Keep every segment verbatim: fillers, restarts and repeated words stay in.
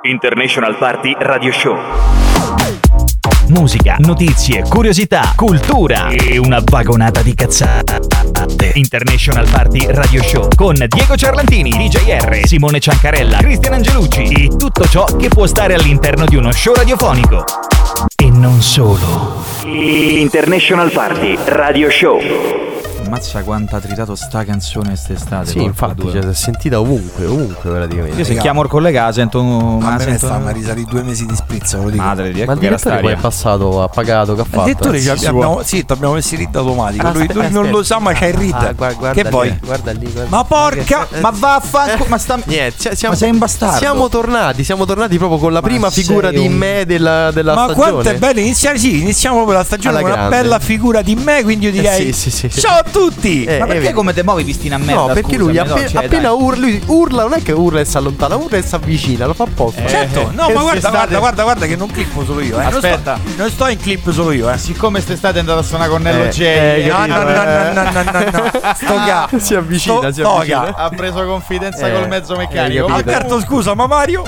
International Party Radio Show. Musica, notizie, curiosità, cultura e una vagonata di cazzate. International Party Radio Show con Diego Ciarlantini, D J R, Simone Ciancarella, Cristian Angelucci e tutto ciò che può stare all'interno di uno show radiofonico. E non solo. International Party Radio Show. Ammazza quanto ha tritato sta canzone quest'estate. Sì, infatti, cioè, si è sentita ovunque, ovunque praticamente. Io se chiamo il collega sento un... Ma ma me ne sento stanno a risalire due mesi di spritz, ve lo dico. Madre di Ma il direttore poi è passato, ha pagato, che ha fatto? Il direttore ci Eh, abbiamo, sì, ti abbiamo messo il read automatico. Ah, Lui, aspetta, lui non aspetta. lo sa, ma c'è il read. Ah, guarda, guarda che lì, poi? Guarda lì, guarda. Ma porca! Ma vaffanculo, ma sta... Niente, siamo, Ma sei un bastardo. Siamo tornati, siamo tornati proprio con la Ma prima figura sei di un- me della, della Ma stagione. quanto è bello iniziare, sì, iniziamo proprio la stagione Alla con una grande. bella figura di me, quindi io direi Eh, sì, sì, sì. ciao a tutti! Eh, Ma eh, perché vedi. come te muovi visti una merda? No, perché scusami, lui no, appe- cioè, appena dai. urla, lui urla, non è che urla e si allontana, urla e si avvicina, lo fa apposta. Eh, Certo, no, eh, ma guarda, state- guarda, guarda, guarda che non clippo solo io, eh. Non sto- Aspetta. non sto in clip solo io, eh. Siccome quest'estate è andato a suonare con Nello Eh, J, eh, No, capito, no, no, eh. no, no, no, no, no. Sto ca- Si avvicina, sto- si avvicina. toga. ha preso confidenza Eh, col mezzo eh, meccanico. capito. Alberto, scusa, ma Mario?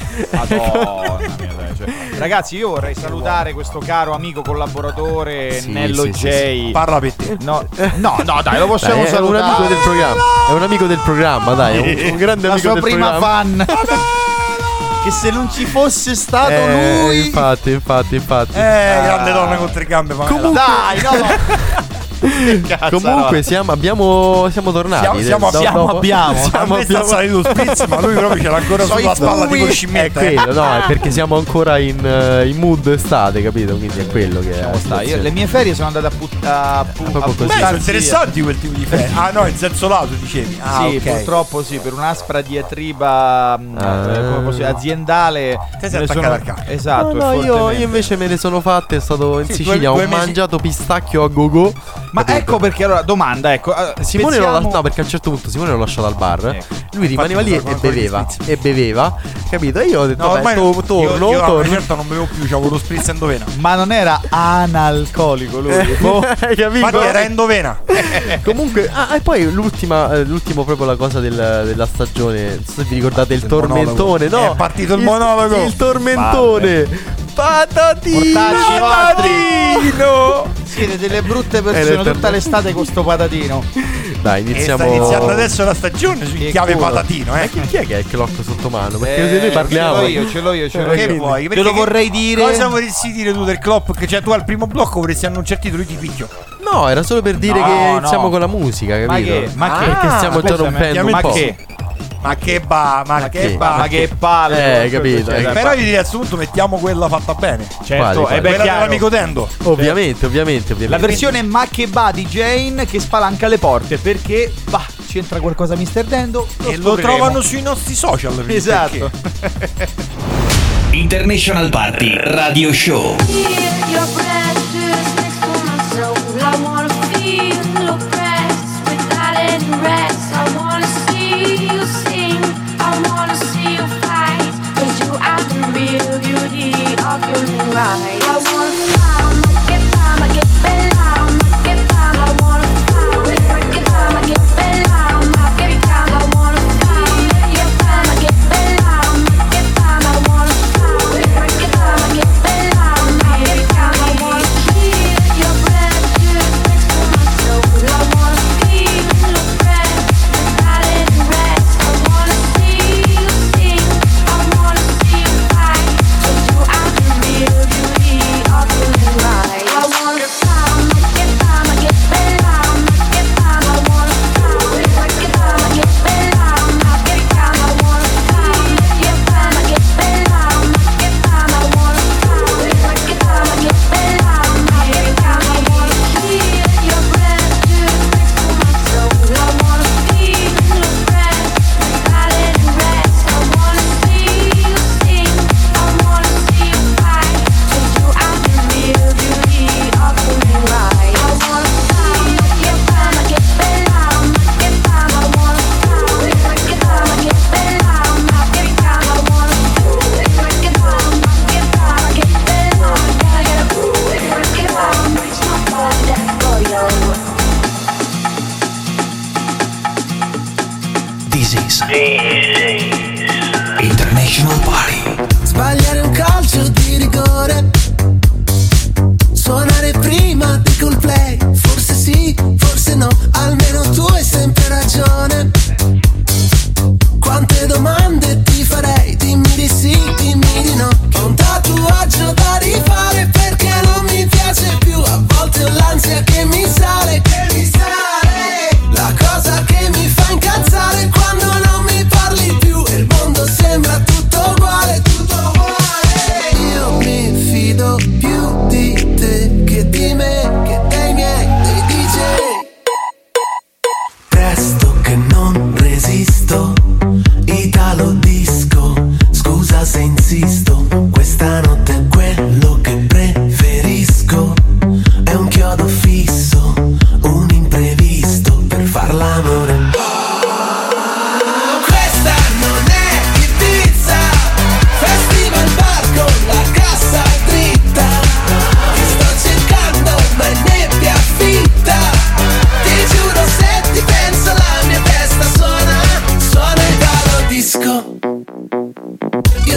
Madonna mia, dai, cioè. Ragazzi, io vorrei salutare questo caro amico collaboratore Sì, Nello sì, J. sì, Parla per te. No, no, no, dai, lo Dai, possiamo è un salutare. amico del programma. È un amico del programma, dai, è un, un grande La amico sua del prima programma. fan. Che se non ci fosse stato Eh, lui. infatti, infatti, infatti. Eh, grande donna con tre gambe, ma Comunque- Dai, no. Che cazzo, Comunque no. siamo, abbiamo, siamo tornati. Siamo- siamo- Do- siamo, dopo- abbiamo. siamo a me sta abbiamo- salendo spritz, ma lui proprio ce l'ha ancora So i sulla spalla fumi. tipo È scimmetta. eh. quello, no, è perché siamo ancora in, eh, in mood estate, capito? Quindi è quello che è. Lasciamo stare. Io, le mie ferie sono andate a, put- a, pu- proprio a così. Beh, buttarsi sono via. interessanti quel tipo di ferie. Ah, no, in senso lato dicevi. Ah, Sì, ok. purtroppo sì, per un'aspra diatriba mh, Ah. eh, come posso dire, aziendale. Te sei me ne attaccato al cacchio. Esatto, No, no, e io, fortemente. io invece me ne sono fatte. È stato in Sì, Sicilia. due- due ho mesi- mangiato pistacchio a go-go. Ma capito? ecco perché allora, domanda, ecco. eh, Simone lo spezziamo- lasciò, no, perché a un certo punto Simone lo lasciò dal bar. Ecco. Lui rimaneva lì Infatti, e mi sa, beveva. ancora gli E beveva, capito? E io ho detto, No, vabbè, ormai to- io- torno, io, a una torno. certa non bevo più, c'avevo lo spritz endovena. Ma non era analcolico lui. boh. Hai capito? Infatti era endovena. Comunque, ah, e poi l'ultima, eh, l'ultimo proprio la cosa del- della stagione. Non so se vi ricordate il Il tormentone, monologo. no? È partito il monologo. Il tormentone. Patatino! Portacci Patatino! Siete delle brutte Eh, persone l'eterno- tutta l'estate con sto patatino. Dai, E iniziamo. sta iniziando adesso la stagione su Che chiave culo. patatino, Ma eh. chi, chi è che ha il clock sotto mano? Perché Eh, se noi parliamo. Ce l'ho io, ce l'ho io, ce l'ho Che io. vuoi? Te Perché lo che- vorrei dire. Cosa vorresti dire tu del Klopp? Che cioè tu al primo blocco vorresti annunciare il titolo di picchio. No, era solo per dire No, che no. iniziamo con la musica, capito? Ma che? Ma che? Perché stiamo già scusami, rompendo un ma po'. che? Ma che ba, ma, Ma che, che? ba. Ma che palle. Eh, capito, Cioè, eh, Però io direi a questo punto mettiamo quella fatta bene. certo, Quale, e quale? beh, Quella chiaro. dell'amico Tendo. Ovviamente, ovviamente, ovviamente. La versione ma che va di Jane che spalanca le porte perché bah, c'entra qualcosa mister Dendo lo E lo scopriremo. trovano sui nostri social. perché- Esatto. International Party Radio Show. Your breath is next to my soul. I wanna feel your breath without any rest. I wanna see you sing. I wanna see you fight. 'Cause you are the real beauty of your life. I wanna fly, get fly, get bella, get fly. I wanna fly, get fly, get bella, get fly. I wanna fly, get fly, get bella, get fly. I wanna fly, get fly, get bella, get fly. I wanna hear your breath just next to my soul. I wanna feel your breath without any rest. I wanna see you sing. I wanna see you fight. 'Cause you are the real beauty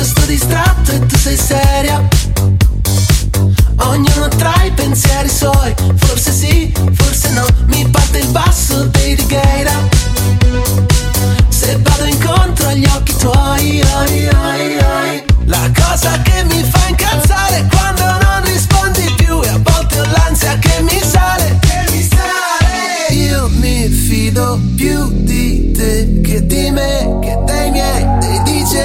sto distratto e tu sei seria. Ognuno tra i pensieri suoi, forse sì, forse no. Mi parte il basso dei Righeira. Se vado incontro agli occhi tuoi, ai, ai, ai. La cosa che mi fa incazzare è quando non rispondi più, e a volte ho l'ansia che mi sale, che mi sale. Io mi fido più di te che di me, che dei miei, dei D J.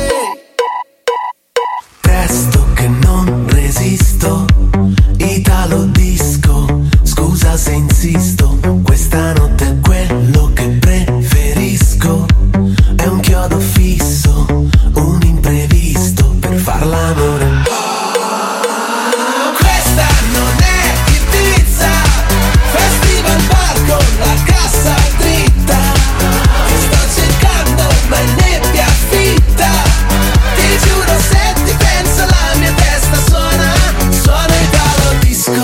Presto che non resisto, Italo disco, scusa se insisto, questa notte è quello che preferisco. È un chiodo fisso, un imprevisto per far l'amore. Questa non è Ibiza, festival bar con la cassa dritta. Ti sto cercando ma è nebbia fitta. Ti giuro se ti penso la mia testa suona, suona Italo disco.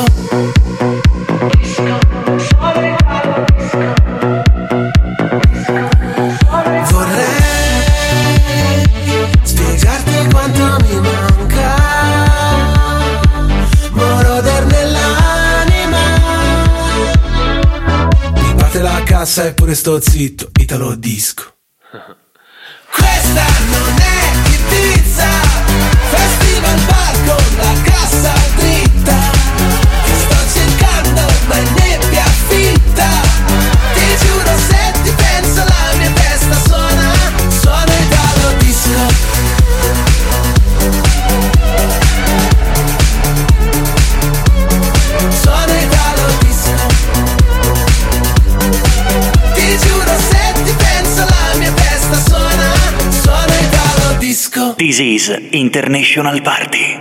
Eppure sto zitto, Italo disco. Questa non è Ibiza, festival bar con la cassa dritta. Ti sto cercando ma è nebbia fitta. Ti giuro se ti penso la mia testa suona, suona Italo disco. Suona Italo disco. Ti giuro se ti penso la mia testa suona, suona Italo disco. This is International Party.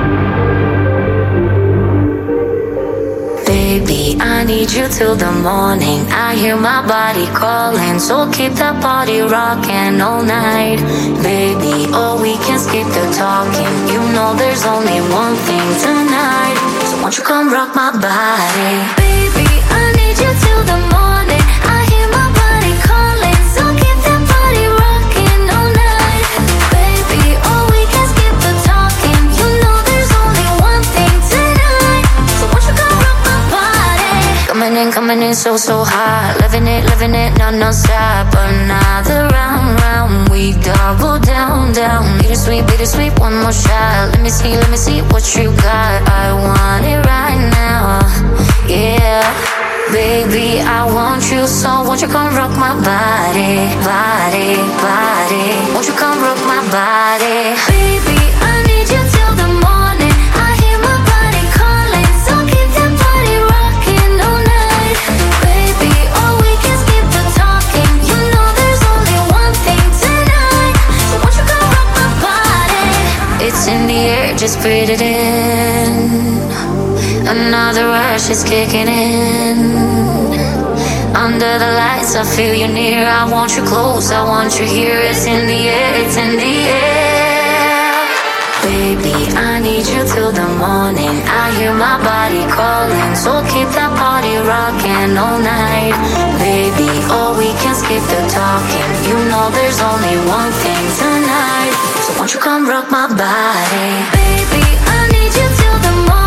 Baby, I need you till the morning. I hear my body calling, so keep that body rocking all night. Baby, oh, we can skip the talking. You know there's only one thing tonight, so won't you come rock my body? Baby, I need you till the morning. I hear my body calling, so keep that body rocking all night. Baby, oh, we can skip the talking. You know there's only one thing tonight, so won't you come rock my body? Coming in, coming in so, so hot. Living it, living it, no, no stop. Another round, round, we double down, down. Bittersweet, bittersweet, one more shot. Let me see, let me see what you got. I want it right now, yeah. Baby, I want you, so won't you come rock my body, body, body. Won't you come rock my body? Baby, I need you till the morning. I hear my body calling, so keep that body rocking all night. Baby, oh, we can skip the talking. You know there's only one thing tonight, so won't you come rock my body? It's in the air, just breathe it in. Another rush is kicking in. Under the lights, I feel you near. I want you close, I want you here. It's in the air, it's in the air. Baby, I need you till the morning. I hear my body calling, so keep that body rocking all night. Baby, oh, we can skip the talking. You know there's only one thing tonight, so won't you come rock my body? Baby, I need you till the morning.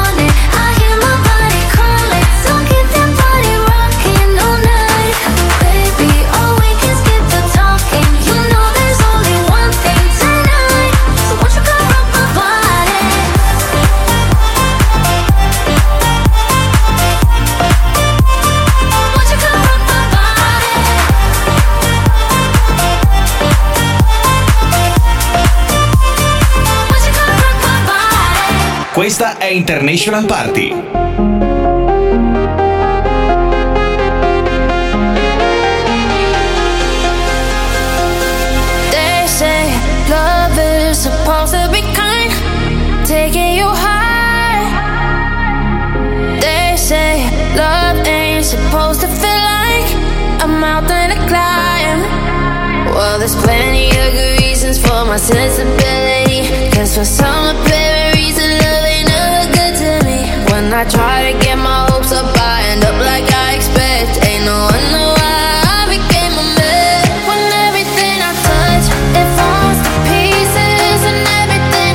Questa è International Party. They say love is supposed to be kind, taking you high. They say love ain't supposed to feel like a mountain to climb. Well, there's plenty of good reasons for my sensibility, 'cause for some apparent reason love ain't never good to me. When I try to get my hopes up, I end up like I expect. Ain't no wonder why I became a mess. When everything I touch, it falls to pieces, and everything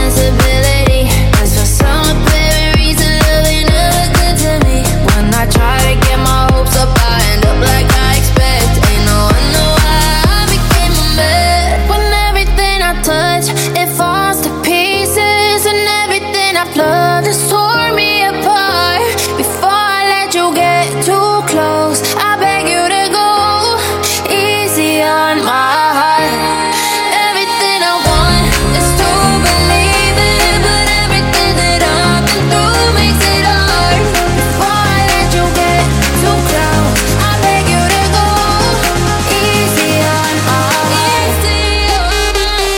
responsibility. As for some apparent reason, love ain't never good to me. When I try to get my hopes up, I end up like I expect. Ain't no wonder why I became a mess. When everything I touch, it falls to pieces, and everything I've loved has torn me apart. Before I let you get too close, I beg you to go easy on my heart. Everything I want is to believe it, but everything that I've been through makes it hard. Before I let you get too close, I beg you to go easy on my heart. Easy on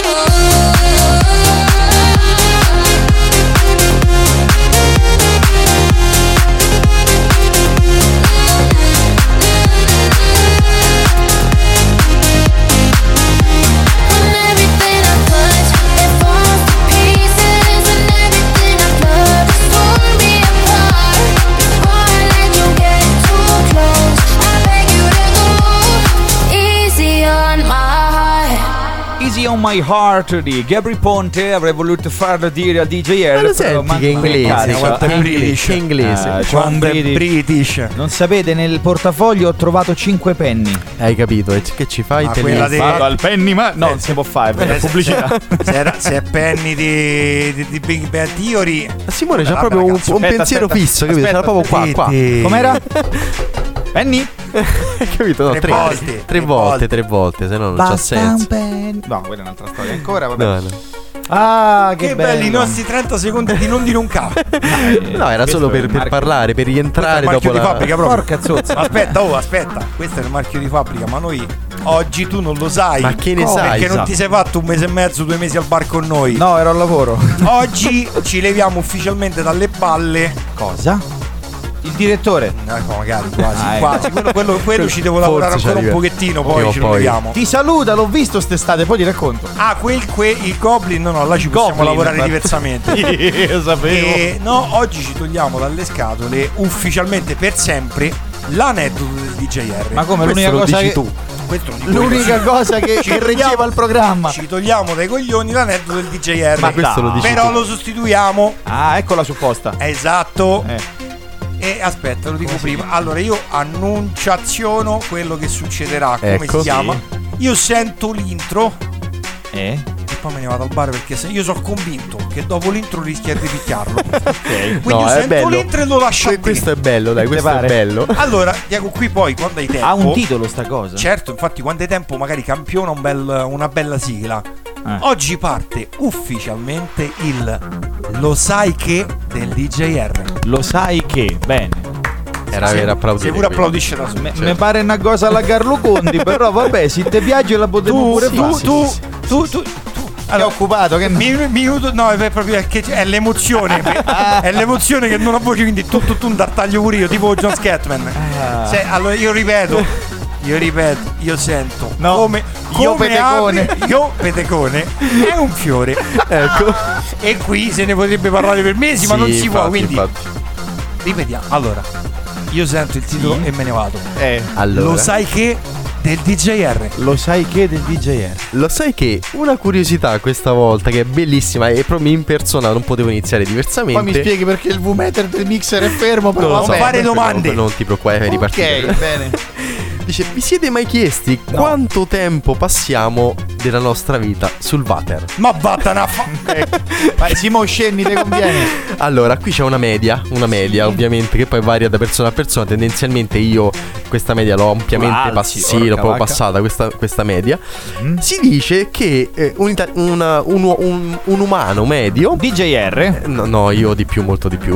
When everything I touch, it falls to pieces, and everything I've loved has torn me apart. Before I let you get too close, I beg you to go easy on my heart. Easy on my heart di Gabry Ponte. Avrei voluto farlo dire a D J R. Ma lo però senti manco che inglese, carica. quanto è Eh, British, che inglese. eh, c'ho un Quanto è British. British. Non sapete, nel portafoglio ho trovato cinque penny. Hai capito? E che ci fai? Ma Te li- quella dei- Vado al penny, ma no, non si può fare, è Eh, pubblicità. Se, se era- se è Penny di, di, di Big Bang Theory. Simone c'ha Vabbè, proprio un, ragazzi, un aspetta, pensiero aspetta, fisso, capito? aspetta, C'era proprio qua, qua. Zitti. Com'era? Penny? Capito? No, Tre tre, volte, tre tre volte, volte. tre volte, se no non c'ha Basta un senso. penny. No, quella è un'altra storia ancora, vabbè. No, no. Ah, che, Che belli i bello. nostri trenta secondi di non dire un cazzo. No, era solo per, per parlare, per rientrare Il dopo marchio di la... fabbrica proprio. Porca zozza. Aspetta, oh, aspetta. Questo è il marchio di fabbrica, ma noi oggi tu non lo sai. Ma che ne Come? sai? Perché non Esatto. ti sei fatto un mese e mezzo, due mesi al bar con noi. No, ero al lavoro. Oggi ci leviamo ufficialmente dalle balle. Cosa? Il direttore. No, magari quasi, Ah, ecco. quasi. Quello, quello, quello ci devo Forse lavorare ci ancora un arriva. pochettino, poi Prima o ce lo poi. leviamo. Ti saluta, l'ho visto st'estate, poi ti racconto. Ah, quel, quel il Goblin, no, no, là ci possiamo Goblin, lavorare ma- diversamente. Io sapevo. E no, oggi ci togliamo dalle scatole ufficialmente per sempre l'aneddoto del D J R. Ma come Questo l'unica lo cosa dici che tu. Questo lo dico l'unica io. cosa che, Ci che reggeva togliamo- il programma. Ci togliamo dai coglioni l'aneddoto del D J R. Ma questo lo dici Però tu. lo sostituiamo. Ah, ecco la supposta. Esatto. Eh. E aspetta, lo dico prima. Allora io annunciaziono quello che succederà. Come Ecco. si chiama? Io sento l'intro Eh? e poi me ne vado al bar perché se io sono convinto che dopo l'intro rischia di picchiarlo. Ok. Quindi No, io è sento bello. l'intro e lo lascio Que- lì. questo è bello, dai, Ti questo pare? è bello. Allora, Diego, qui poi quando hai tempo Ha un titolo sta cosa. Certo, infatti quando hai tempo magari campiona un bel- una bella sigla. Eh. Oggi parte ufficialmente il Lo sai che del D J R. Lo sai che, bene. Era Sì, per applaudire. Se pure quindi. applaudisce da solo. Mi mi pare una cosa alla Carlo Conti, però vabbè, se ti piace la potevo Tu, pure tu, fare. tu, tu, tu, tu. Allora, occupato, che Mi- minuto, no, è proprio è, che è l'emozione. È l'emozione che non ho voce, quindi tu, tu, tu un tartaglio pure io, tipo John Scatman. Ah. Se- allora io ripeto, io ripeto, io sento No, come, io come petecone. apre- io petecone è un fiore. Ecco. E qui se ne potrebbe parlare per mesi, ma Sì, non si può, infatti, quindi infatti. ripetiamo. Allora, io sento il titolo e me ne vado. Eh, Allora, Lo sai che del D J R. lo sai che del D J R. lo sai che una curiosità questa volta che è bellissima e proprio in persona non potevo iniziare diversamente. Poi mi spieghi perché il V-meter del mixer è fermo, però Non lo so, vabbè. fare domande. Non, non ti preoccupare, ripartire. Ok, bene. Dice, vi siete mai chiesti quanto tempo passiamo della nostra vita sul water? Ma vattene a fa- Vai, Simo Scenni, te conviene. Allora, qui c'è una media, una media ovviamente che poi varia da persona a persona. Tendenzialmente io questa media l'ho ampiamente La alzi, passata, sì, l'ho orca proprio vacca. passata questa, questa media. Mm. Si dice che eh, un, ita- una- un, u- un- un umano medio, D J R. no, no, io di più, molto di più,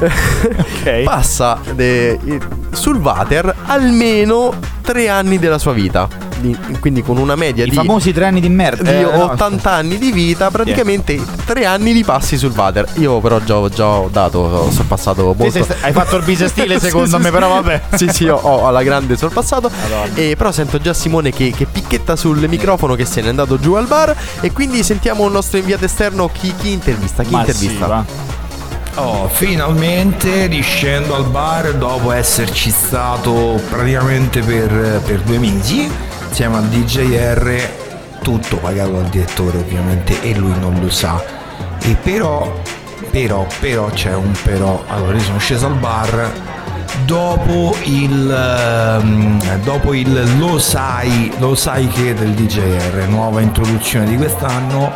Ok. passa eh, sul water almeno tre anni della sua vita. Di- quindi con una media I di famosi tre anni di merda. di Eh, no. ottanta anni di vita, praticamente tre anni li passi sul water. Io però già, già ho dato, ho sorpassato Sì, molto. sì, hai fatto il bisestile secondo Sì, sì, me, sì. però vabbè. Sì, sì, ho, ho alla grande sorpassato. Madonna. E però sento già Simone che, che picchetta sul microfono, che se n'è andato giù al bar. E quindi sentiamo il nostro inviato esterno. Chi, chi intervista? Chi Ma intervista? sì, va. Oh, finalmente riscendo al bar dopo esserci stato praticamente per, per due mesi insieme al D J R, tutto pagato dal direttore ovviamente e lui non lo sa. E però, però, però c'è un però. Allora io sono sceso al bar dopo il um, dopo il lo sai, lo sai che del D J R, nuova introduzione di quest'anno,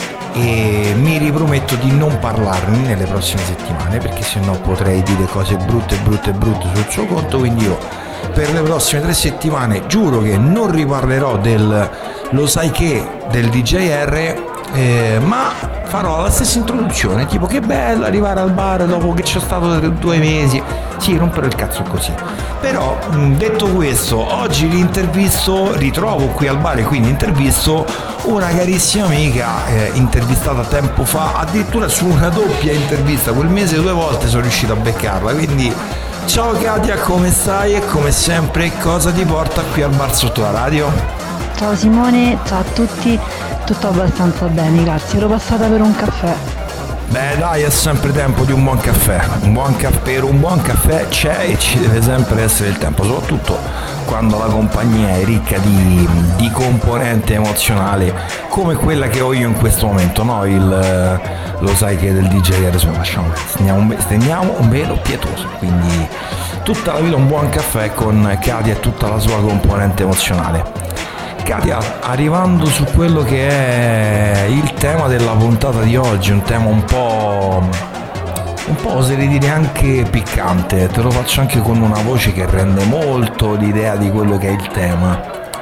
e mi riprometto di non parlarne nelle prossime settimane, perché sennò potrei dire cose brutte brutte brutte sul suo conto. Quindi io per le prossime tre settimane giuro che non riparlerò del lo sai che del D J R, eh, ma farò la stessa introduzione, tipo che bello arrivare al bar dopo che ci sono stato due mesi. Sì, rompere il cazzo così. Però detto questo, oggi l'intervisto, ritrovo qui al bar e quindi intervisto una carissima amica, eh, intervistata tempo fa, addirittura su una doppia intervista, quel mese due volte sono riuscito a beccarla. Quindi ciao Katia, come stai e come sempre cosa ti porta qui al bar sotto la radio? Ciao Simone, ciao a tutti, tutto abbastanza bene, grazie, ero passata per un caffè. Beh dai, è sempre tempo di un buon caffè, un buon caffè, per un buon caffè c'è e ci deve sempre essere il tempo, soprattutto quando la compagnia è ricca di, di componente emozionale come quella che ho io in questo momento, no? Il lo sai che del D J R, insomma, lasciamo, stendiamo un, stendiamo un velo pietoso, quindi tutta la vita un buon caffè con Katia e tutta la sua componente emozionale. Katia, arrivando su quello che è il tema della puntata di oggi, un tema un po' un po' oserei dire anche piccante, te lo faccio anche con una voce che rende molto l'idea di quello che è il tema.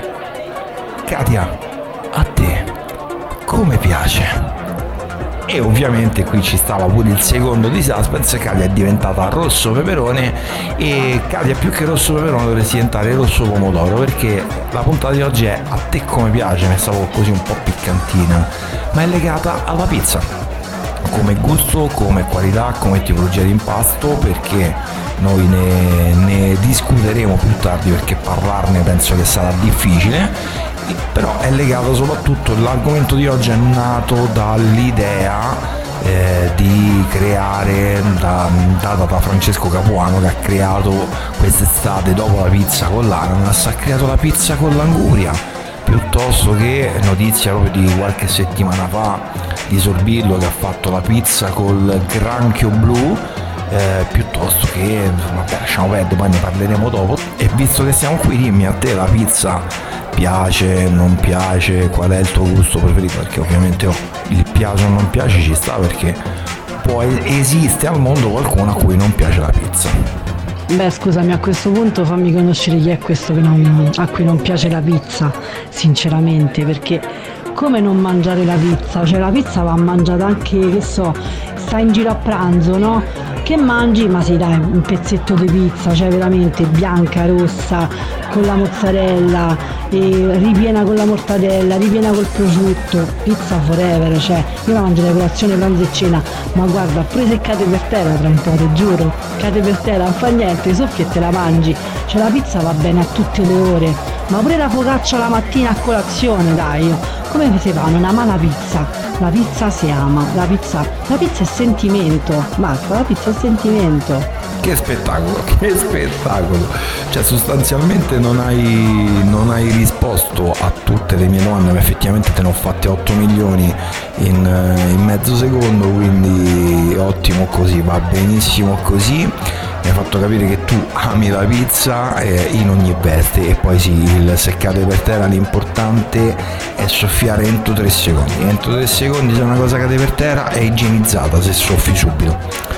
Katia, a te come piace? E ovviamente qui ci stava pure il secondo di suspense. Katia è diventata rosso peperone, e Katia più che rosso peperone dovresti diventare rosso pomodoro, perché la puntata di oggi è a te come piace, ne stavo così un po' piccantina, ma è legata alla pizza, come gusto, come qualità, come tipologia di impasto, perché noi ne, ne discuteremo più tardi, perché parlarne penso che sarà difficile. Però è legato soprattutto, l'argomento di oggi è nato dall'idea eh, di creare, da, data da Francesco Capuano, che ha creato quest'estate, dopo la pizza con l'ananas, ha creato la pizza con l'anguria, piuttosto che notizia proprio di qualche settimana fa di Sorbillo che ha fatto la pizza col granchio blu. Eh, piuttosto che, vabbè, lasciamo perdere, poi ne parleremo dopo. E visto che siamo qui, dimmi, a te la pizza piace, non piace, qual è il tuo gusto preferito? Perché ovviamente oh, il piace o non piace ci sta, perché poi esiste al mondo qualcuno a cui non piace la pizza. Beh, scusami, a questo punto fammi conoscere chi è questo che non, a cui non piace la pizza, sinceramente, perché come non mangiare la pizza? Cioè la pizza va mangiata anche, che so, stai in giro a pranzo, no? Che mangi? Ma sì, dai, un pezzetto di pizza, cioè veramente bianca, rossa, con la mozzarella, e ripiena con la mortadella, ripiena col prosciutto, pizza forever, cioè io la mangerei colazione, pranzo e cena, ma guarda, pure se cade per terra tra un po', te giuro, cade per terra, non fa niente, soffi e te la mangi, cioè la pizza va bene a tutte le ore, ma pure la focaccia la mattina a colazione, dai, come si fa? Non ama la pizza? La pizza si ama, la pizza, la pizza è sentimento, basta, la pizza è sentimento. Che spettacolo, che spettacolo! Cioè sostanzialmente non hai, non hai risposto a tutte le mie domande, ma effettivamente te ne ho fatte otto milioni in, in mezzo secondo, quindi ottimo così, va benissimo così. Mi hai fatto capire che tu ami la pizza eh, in ogni veste, e poi sì, il seccate per terra, l'importante è soffiare entro tre secondi. Entro tre secondi se una cosa cade per terra è igienizzata se soffi subito.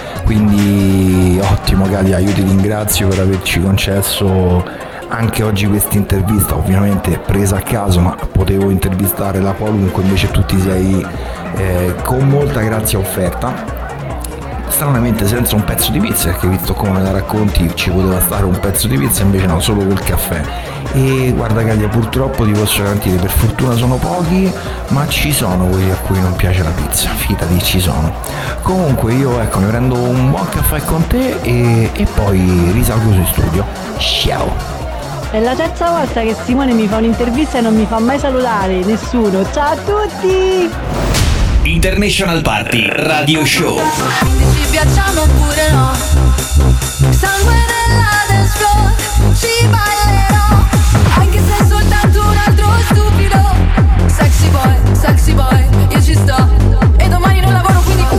Quindi ottimo Katia, io ti ringrazio per averci concesso anche oggi questa intervista, ovviamente presa a caso, ma potevo intervistare la qualunque, invece tu ti sei eh, con molta grazia offerta. Stranamente senza un pezzo di pizza, perché visto come me la racconti ci poteva stare un pezzo di pizza, invece no, solo col caffè. E guarda Katia, purtroppo ti posso garantire, per fortuna sono pochi, ma ci sono quelli a cui non piace la pizza, fidati, ci sono. Comunque io ecco, mi prendo un buon caffè con te e, e poi risalgo su studio. Ciao! È la terza volta che Simone mi fa un'intervista e non mi fa mai salutare nessuno. Ciao a tutti! International Party Radio Show. Ci piacciamo oppure no? Sangue nella dance floor, ci ballerò, anche se è soltanto un altro stupido. Sexy boy, sexy boy, io ci sto, e domani non lavoro quindi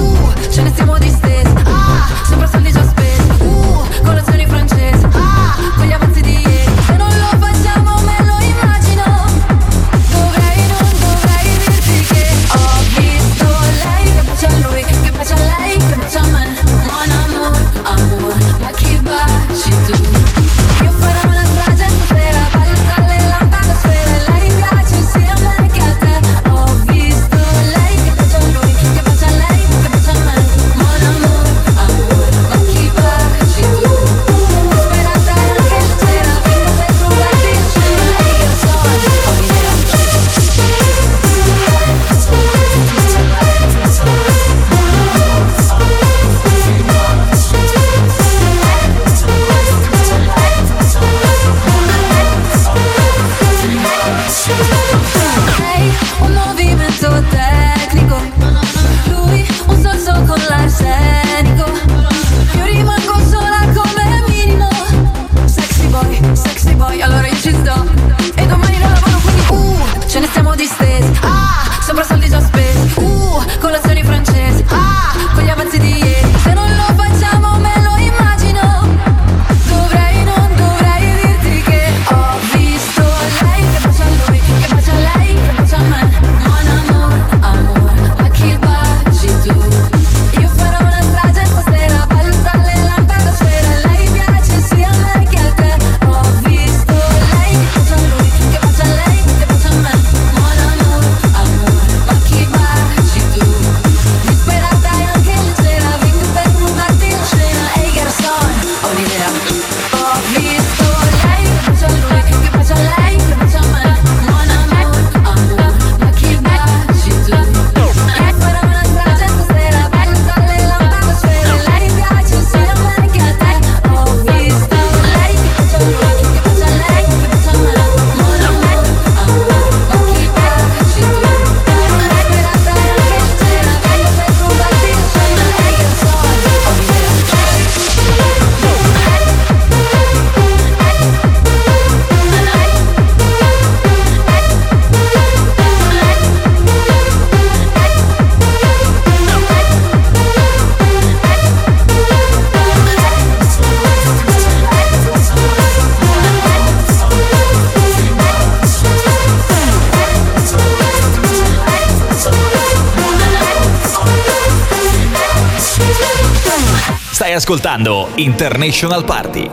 Stai ascoltando International Party.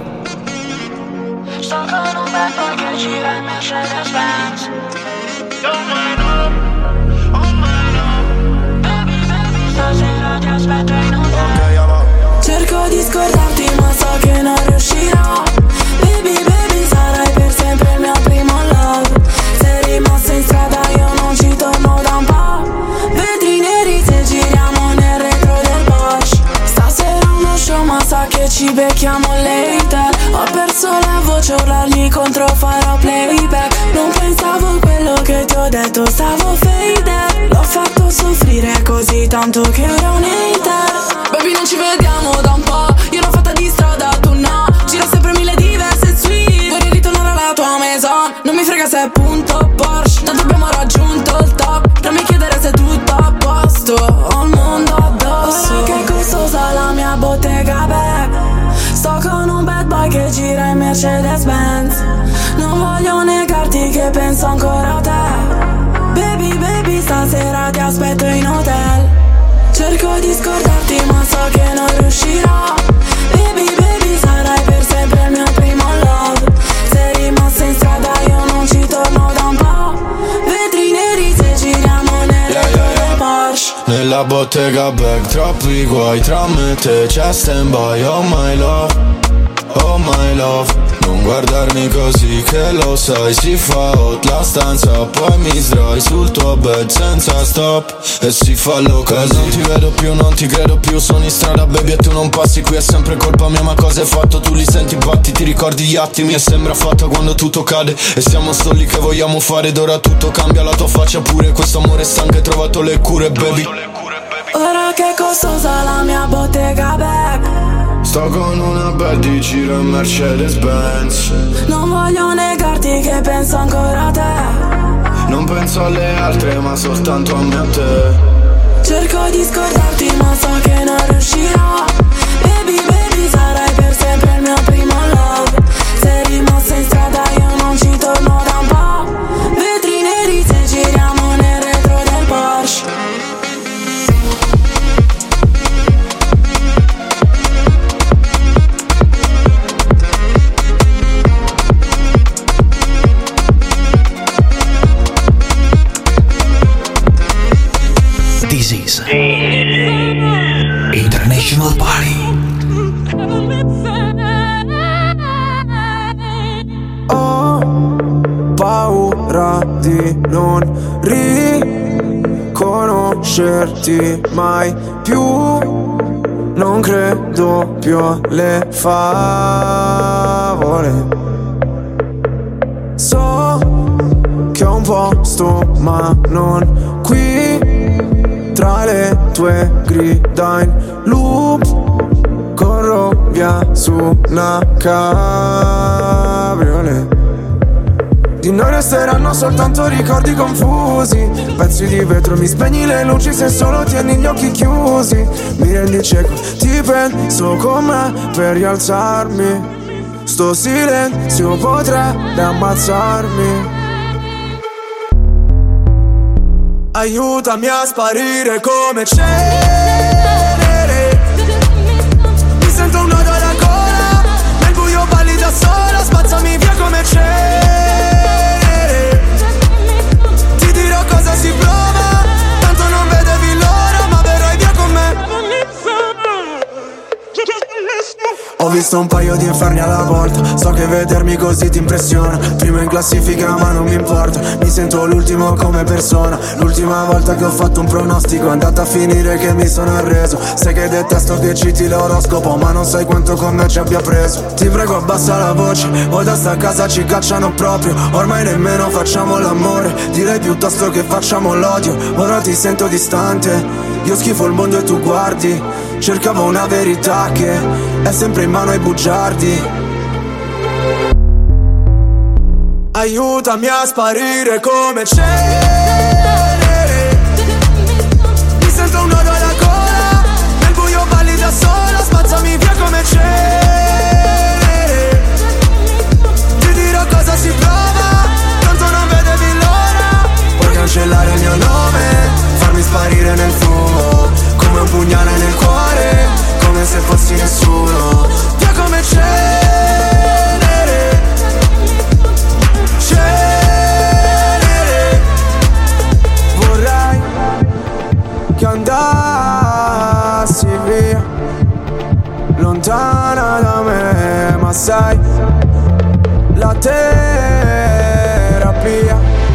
Sto con un bel boy che gira in Mercedes-Benz. Oh my love, oh my love. Baby, baby, stasera ti aspetto in hotel. Cerco di scordarti ma so che non riuscirò. Baby, baby, sarai per sempre il mio primo love. Sei rimasta in strada, io non ci torno da un po'. Vetri neri se giriamo nel retro del Porsche. Stasera uno show ma sa che ci becchiamo later. Ho perso la voce, urlargli contro farò playback. Non pensavo a quello che ti ho detto, stavo faded. L'ho fatto soffrire così tanto che ora un hater. Baby non ci vediamo da un po', io l'ho fatta di strada, tu no. Gira sempre mille diverse suite. Vorrei ritornare alla tua maison. Non mi frega se è punto Porsche, tanto abbiamo raggiunto il top. Non mi chiedere se è tutto a posto, ho il mondo addosso. Ora che costosa la mia bottega bag. Sto con un bad boy che gira in Mercedes-Benz. Non voglio negarti che penso ancora a te. Baby, baby, stasera ti aspetto in hotel. Cerco di scordarti ma so che non riuscirò. Baby, baby, sarai per sempre il mio primo love. Sei rimasta in strada, io non ci torno da un po'. Vetri neri se giriamo nel retro del Porsche. Nella bottega bag, troppi guai tra me e te, c'è stand by, oh my love, oh my love. Non guardarmi così che lo sai, si fa hot la stanza, poi mi sdrai sul tuo bed senza stop e si fa loca. Non ti vedo più, non ti credo più, sono in strada baby e tu non passi, qui è sempre colpa mia, ma cosa hai fatto? Tu li senti batti, ti ricordi gli attimi e sembra fatta quando tutto cade e siamo soli che vogliamo fare ed ora tutto cambia, la tua faccia pure, questo amore stanco hai trovato le cure baby. Ora che costosa la mia bottega bag. Sto con una bad di giro in Mercedes-Benz. Non voglio negarti che penso ancora a te. Non penso alle altre ma soltanto a me e a te. Cerco di scordarti ma so che non riuscirò. Baby, baby, sarai per sempre il mio primo love. Sei rimasta in strada, io non ci torno da un po'. Vetri neri se giriamo nel retro del Porsche. This is International Party. Ho paura di non riconoscerti mai più. Non credo più alle favole. So che ho un posto ma non qui. Tra le tue grida in loop corro via su una cabriolet. Di noi resteranno soltanto ricordi confusi, pezzi di vetro, mi spegni le luci se solo tieni gli occhi chiusi. Mi rendi cieco, ti penso con me per rialzarmi. Sto silenzio potrebbe ammazzarmi. Aiutami a sparire come cenere. Mi sento un nodo alla gola, nel buio balli da sola, spazzami via come cenere. Ti dirò cosa si prova, tanto non vedevi l'ora, ma verrai via con me. Ho visto un paio di inferni alla volta, so che vedermi così ti impressiona. Primo in classifica ma non mi importa, mi sento l'ultimo come persona. L'ultima volta che ho fatto un pronostico è andata a finire che mi sono arreso. Sai che detesto che citi l'oroscopo, ma non sai quanto con me ci abbia preso. Ti prego abbassa la voce, o da sta casa ci cacciano proprio. Ormai nemmeno facciamo l'amore, direi piuttosto che facciamo l'odio. Ora ti sento distante, io schifo il mondo e tu guardi. Cercavo una verità che è sempre in mano ai bugiardi. Aiutami a sparire come cenere. Mi sento un nodo alla gola, nel buio balli da sola, spazzami via come cenere. Ti dirò cosa si prova, tanto non vedevi l'ora. Puoi cancellare il mio nome, farmi sparire nel fumo, come un pugnale nel cuore, come se fossi nessuno. ma sai, la terapia.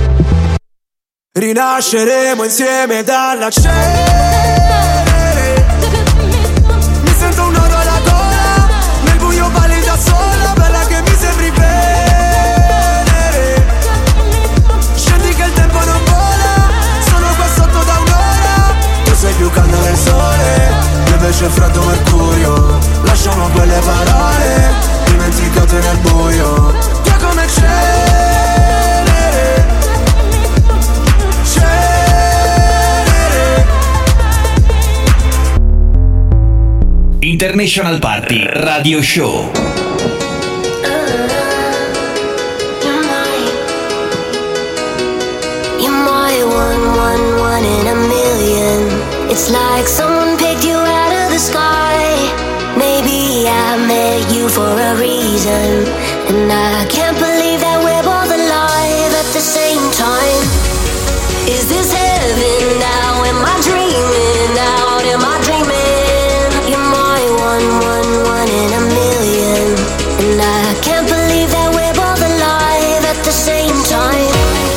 Rinasceremo insieme dalla cenere. Mi sento un nodo alla gola, nel buio balli da sola, bella che mi sembri venere. Scendi che il tempo non vola, sono qua sotto da un'ora. Tu sei più caldo del sole, io invece freddo mercurio. Lasciamo quelle parole dimenticate nel buio. Tu come cenere, cenere. International Party Radio Show. It's like someone picked you out of the sky. Maybe I met you for a reason, and I can't believe that we're both alive at the same time. Is this heaven now? Am I dreaming now? Am I dreaming? You're my one, one, one in a million, and I can't believe that we're both alive at the same time.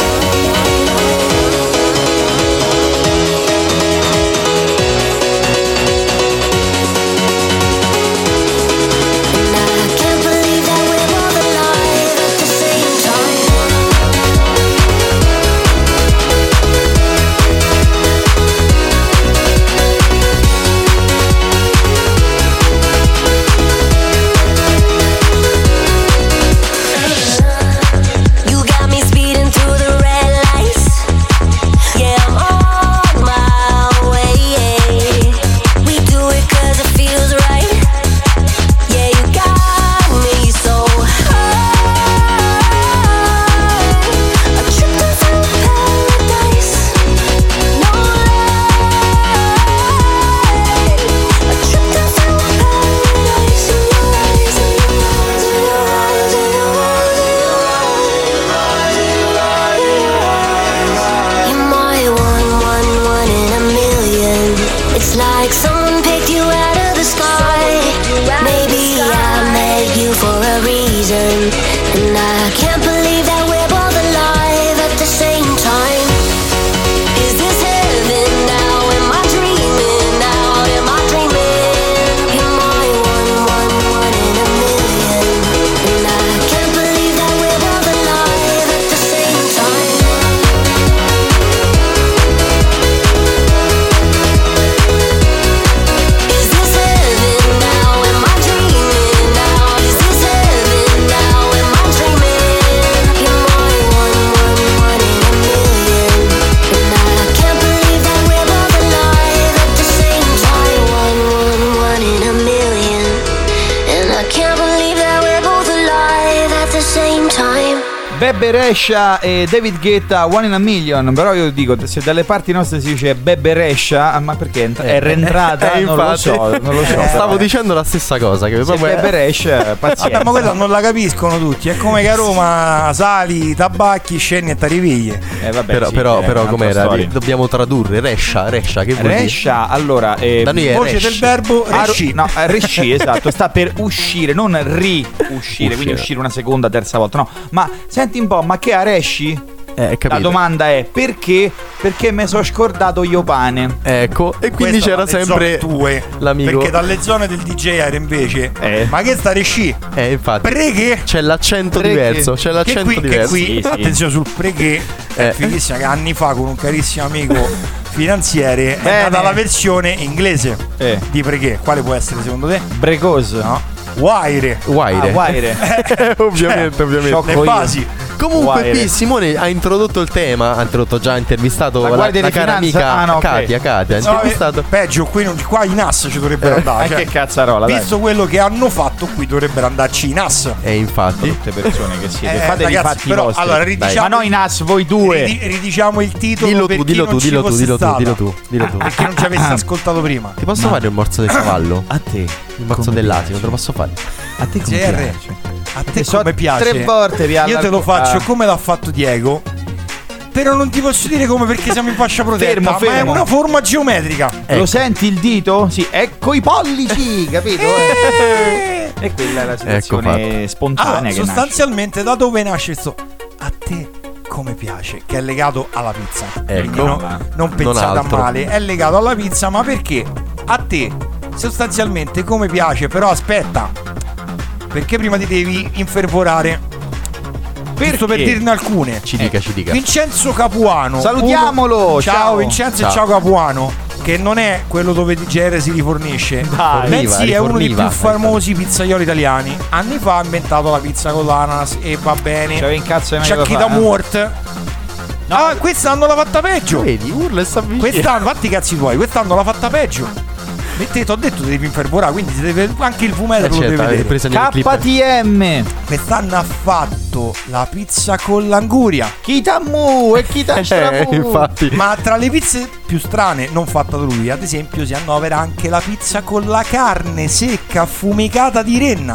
Bebe Rexha e David Guetta, One in a Million. Però io dico, se dalle parti nostre si dice Bebe Rexha, ma perché è rientrata? Eh, non lo so, non lo so. Stavo dicendo la stessa cosa, che se proprio Bebe Rexha, pazienza. Vabbè, ma quella non la capiscono tutti. È come che a Roma sali, tabacchi, scendi e t'arrivigli. Eh, vabbè, però, sì, però, è però un'altra com'era? storia. Dobbiamo tradurre Rexha, Rexha, che vuol dire? Rexha, allora, eh, Da noi è voce Resh. del verbo Ah, resci. no, eh, resci, esatto, sta per uscire, non ri-uscire, quindi uscire una seconda, terza volta. No, ma senti un po', ma che a Resci? Eh, capito. La domanda è perché? Perché mi sono scordato io pane. Ecco, e quindi Questa c'era dalle sempre zone tue, l'amico. perché dalle zone del D J era invece Eh. ma che sta resci? Eh, infatti. Preghe. C'è l'accento Preghe. diverso, c'è Che l'accento qui, che diverso. qui Sì, sì. attenzione sul preghe Eh. è fighissima, che anni fa con un carissimo amico finanziere Bene. è nata la versione inglese Eh. di preghe. Quale può essere secondo te? Brecos. No? Wire. Wire. Ah, Wire. ovviamente, ovviamente. Sciocco Le io. basi. Comunque Wire. qui Simone ha introdotto il tema, ha introdotto già intervistato La la, Guardia la di cara Finanza? amica Ah, no, ok. Katia, Katia, ha No, intervistato. eh, peggio, qui, non, qua i N A S ci dovrebbero andare. Eh, cioè, che cazzarola, dai. visto quello che hanno fatto, qui dovrebbero andarci i N A S. E infatti. Tutte persone che siete. Eh, Fate i ragazzi, fatti però, vostri. allora, ridiciamo- Ma no, i N A S, voi due. Ridi- ridiciamo il titolo. Dillo per tu, chi dillo non tu, ci dillo tu, fosse dillo tu, stata. dillo tu, dillo tu. Perché non ci avessi ascoltato prima. Ti posso fare il morso del cavallo? A te. Il morso dell'asino, te lo posso fare? A te come G R, piace? a te so come piace? tre volte vi ha Io te lo allargato- faccio ah. come l'ha fatto Diego. Però non ti posso dire come, perché siamo in fascia protetta. Fermo, Ma fermo. è una forma geometrica. Lo senti il dito? Sì, ecco i pollici, capito? Eh. E quella è la situazione spontanea Allora, che sostanzialmente da dove nasce sto a te come piace, che è legato alla pizza. Ecco. Quindi no, non pensate a altro. male, è legato alla pizza, ma perché a te sostanzialmente come piace. Però aspetta, perché prima ti devi infervorare. Giusto per dirne alcune. Ci dica, ci dica. Vincenzo Capuano. Salutiamolo, uno- Ciao, ciao. Vincenzo Ciao. e ciao Capuano. Che non è quello dove D J R si rifornisce, Dai. bensì è uno dei riforniva. più famosi pizzaioli italiani. Anni fa ha inventato la pizza con l'ananas e va bene. C'aveva in cazzo di meglio da Ciacchita fare, eh? Muort. Ah, quest'anno l'ha fatta peggio. Vedi, urla e s'avvicina. Quest'anno, fatti i cazzi tuoi, quest'anno l'ha fatta peggio. Te ti ho detto ti devi infervorare, quindi si deve, anche il fumetto Eh, lo certo, deve avevi vedere. preso nel clip. K T M. Quest'anno ha fatto la pizza con l'anguria. Chitamu e Eh, Chitamu. infatti. Ma tra le pizze più strane non fatta da lui, ad esempio, si annovera anche la pizza con la carne secca affumicata di renna.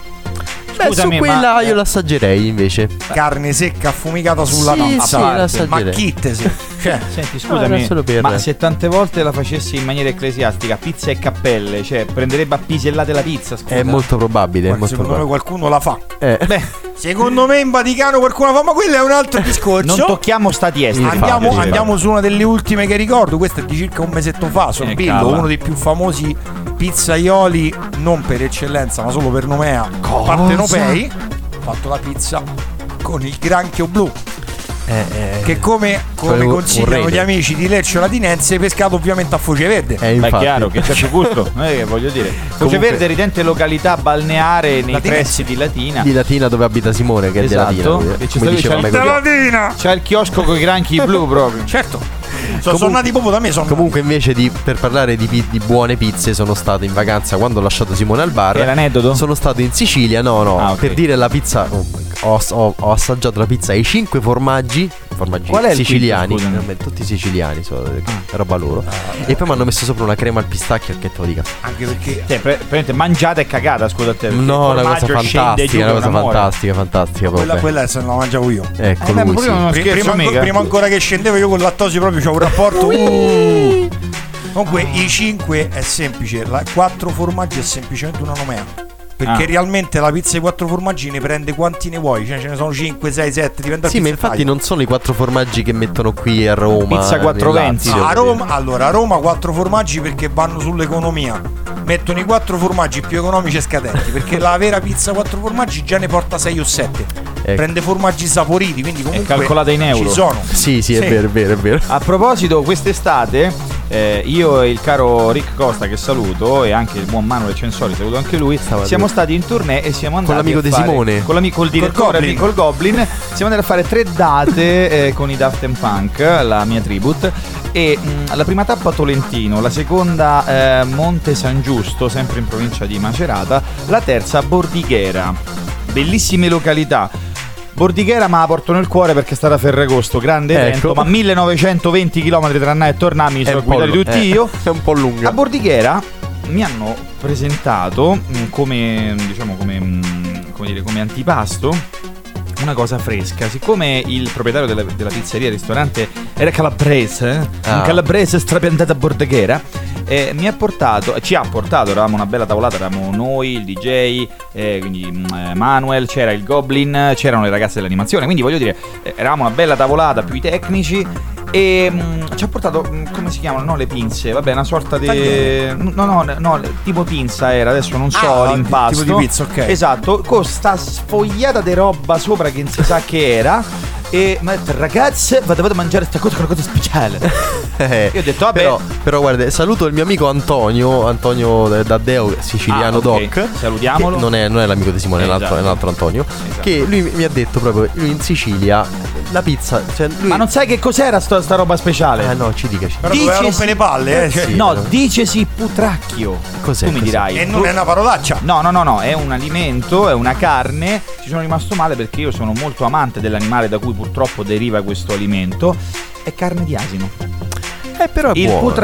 Beh, Scusami, su quella ma- io l'assaggerei invece. Carne secca affumicata sulla Sì, pizza. sì, Ma l'assaggerei. chittese. Cioè, Senti, No, era scusami, solo per- ma se tante volte la facessi in maniera ecclesiastica, pizza e cappelle, cioè prenderebbe a pisellate la pizza, scusa. È molto probabile. È guarda, molto secondo me probabile. qualcuno la fa. Eh. Beh, Secondo me in Vaticano qualcuno la fa, ma quello è un altro discorso. non tocchiamo stati esteri. Andiamo, Infatti, sì. andiamo su una delle ultime che ricordo. Questo è di circa un mesetto fa. Sono Eh, Billo, cavolo. uno dei più famosi pizzaioli, non per eccellenza, ma solo per nomea, partenopei. Ha fatto la pizza con il granchio blu. Eh, eh. Che come, come Quello- consigliano un gli rene. amici di Lecce Latinense, pescato ovviamente a foce verde. Eh, Beh, è infatti. chiaro che c'è più gusto, non è che voglio dire. Foce Comunque- Verde, ridente località balneare nei Latinense. pressi di Latina. Di Latina dove abita Simone, che Esatto. è di Latina. Che ci Come sta- diceva c'è me il così. Latina! C'è il chiosco con i granchi blu proprio. Certo. So- Comunque- sono nati proprio da me. Sono Comunque invece di, per parlare di, pi- di buone pizze, sono stato in vacanza quando ho lasciato Simone al bar. È l'aneddoto? Sono stato in Sicilia, no no, Ah, ok. per dire la pizza, oh my God, ho, ho- ho assaggiato la pizza ai cinque formaggi, formaggi Qual è il siciliani, quinto, scusami? Vabbè, tutti siciliani, so, roba loro. E poi mi hanno messo sopra una crema al pistacchio, che te lo dica. anche perché Cioè, pre- praticamente mangiata e cagata, scusa a te. perché No, il una cosa formaggio scende giù fantastica, una con cosa amore. fantastica, fantastica quella, proprio. quella se la mangiavo io. Ecco Eh, beh, lui, ma sì. prima non Pri- scherzo prima, ancora, mica. prima ancora che scendevo io con lattosio proprio c'ho un rapporto. Uh. Comunque i cinque è semplice, la quattro formaggi è semplicemente una nomea. Perché Ah. realmente la pizza di quattro formaggi ne prende quanti ne vuoi, cioè ce ne sono cinque, sei, sette, dipende Sì, ma infatti non sono i quattro formaggi che mettono qui a Roma. Pizza quattro nel venti. Lazio. a Roma, allora a Roma quattro formaggi perché vanno sull'economia. Mettono i quattro formaggi più economici e scadenti, perché la vera pizza quattro formaggi già ne porta sei o sette. Ecco. Prende formaggi saporiti, quindi comunque calcolata in euro. ci sono. Sì, sì, è Sì. vero, è vero, è vero. A proposito, quest'estate eh, io e il caro Rick Costa, che saluto, e anche il buon Manuel Censori, saluto anche lui, Stava siamo lì. stati in tournée e siamo andati l'amico a di fare- Simone. con l'amico, col direttore, Goblin. col Goblin. Siamo andati a fare tre date eh, con i Daft Punk, la mia tribute. E mh, la prima tappa Tolentino, la seconda eh, Monte San Giusto, sempre in provincia di Macerata, la terza Bordighera. Bellissime località. Bordighera ma la porto nel cuore perché è stata Ferragosto, grande Ecco. evento, ma millenovecentoventi chilometri tra andare e tornare, mi È sono un po' guidati lu- tutti eh, io. È un po' lunga. A Bordighera mi hanno presentato mh, come, diciamo, come, mh, come dire, come antipasto una cosa fresca. Siccome il proprietario della, della pizzeria e ristorante era calabrese, eh, Ah. un calabrese strapiantato a Bordighera, eh, mi ha portato, ci ha portato, eravamo una bella tavolata, eravamo noi, il D J, eh, quindi mh, eh, Manuel, c'era il Goblin, c'erano le ragazze dell'animazione, quindi voglio dire, eh, eravamo una bella tavolata più i tecnici. E mh, ci ha portato, mh, come si chiamano? No, le pinze, vabbè, una sorta di. No, no, no, tipo pinza era, adesso non so Ah, l'impasto. tipo di pizza, ok. Esatto, con sta sfogliata di roba sopra che non si sa che era. E mi ha detto, ragazze, vado a mangiare sta cosa, che è una cosa speciale. Eh, Io ho detto, vabbè. Però, però guarda, saluto il mio amico Antonio, Antonio Daddeo, siciliano Ah, ok. doc. Salutiamolo. Che Non è, non è l'amico di Simone, è, un altro, Esatto. è un altro Antonio. Esatto. Che lui mi ha detto proprio, lui in Sicilia, la pizza, cioè lui... Ma non sai che cos'era sta, sta roba speciale? Ah no, ci dica. ci- Però doveva Dicesi- rompere le palle, eh. Cioè, Sì, no, però. dicesi putracchio. Cos'è, Tu mi cos'è? dirai. E non è una parolaccia. No, no, no, no, è un alimento, è una carne. Ci sono rimasto male perché io sono molto amante dell'animale da cui purtroppo deriva questo alimento. È carne di asino. Eh però è Il buono. putra... ma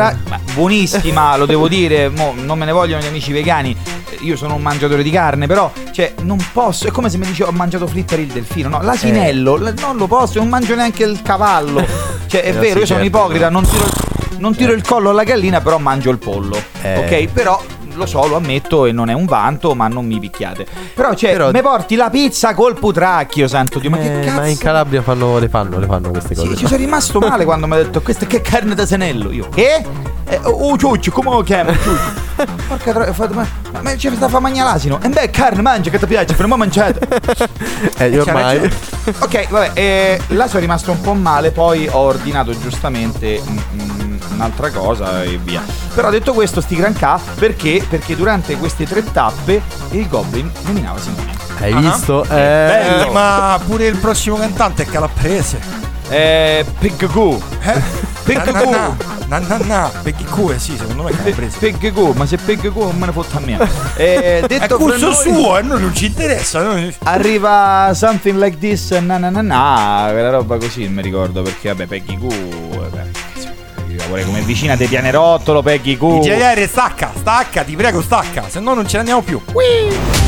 buonissima, lo devo dire, mo, non me ne vogliono gli amici vegani, io sono un mangiatore di carne, però cioè non posso, è come se mi dice ho mangiato fritta il delfino, no, l'asinello eh. non lo posso, non mangio neanche il cavallo, cioè è no, vero, sì, io sono certo, ipocrita, non tiro, non tiro il collo alla gallina, però mangio il pollo, eh. ok? Però lo so, lo ammetto e non è un vanto, ma non mi picchiate. Però cioè, Però... mi porti la pizza col putracchio, santo Dio, ma che Eh, cazzo? ma in Calabria fanno, le fanno, le fanno queste cose. Sì, qua. ci sono rimasto male quando mi ha detto questa che carne d'asinello. Io, che? Eh, oh, ciuccio, come lo chiamo? Ciuccio. Porca troia, fate, ma, ma, ma ci sta fa mangiare l'asino? E beh, carne, mangia, che ti piace, però mai mangiate. Eh, io ormai. Ok, vabbè, eh, là sono rimasto un po' male, poi ho ordinato giustamente mm, un'altra cosa e via. Però detto questo, sti gran K, perché? Perché durante queste tre tappe il Goblin nominava Simone. Hai Ah, visto? no? Eh, Bello. Ma pure il prossimo cantante è calabrese. Eh, Peggu. Eh? Peggu. Na na na na. Peggu, eh sì, secondo me è calabrese. Peggu, ma se Peggu non me ne fotta a me. Eh, detto è gusto fra noi, suo, a noi non ci interessa. Noi... arriva Something Like This, na na na na, quella roba così mi ricordo, perché vabbè, Peggy Q, vorrei come vicina di Pianerottolo, Peggy Q. D J R, stacca, stacca, ti prego, stacca, se no non ce ne andiamo più. Whee!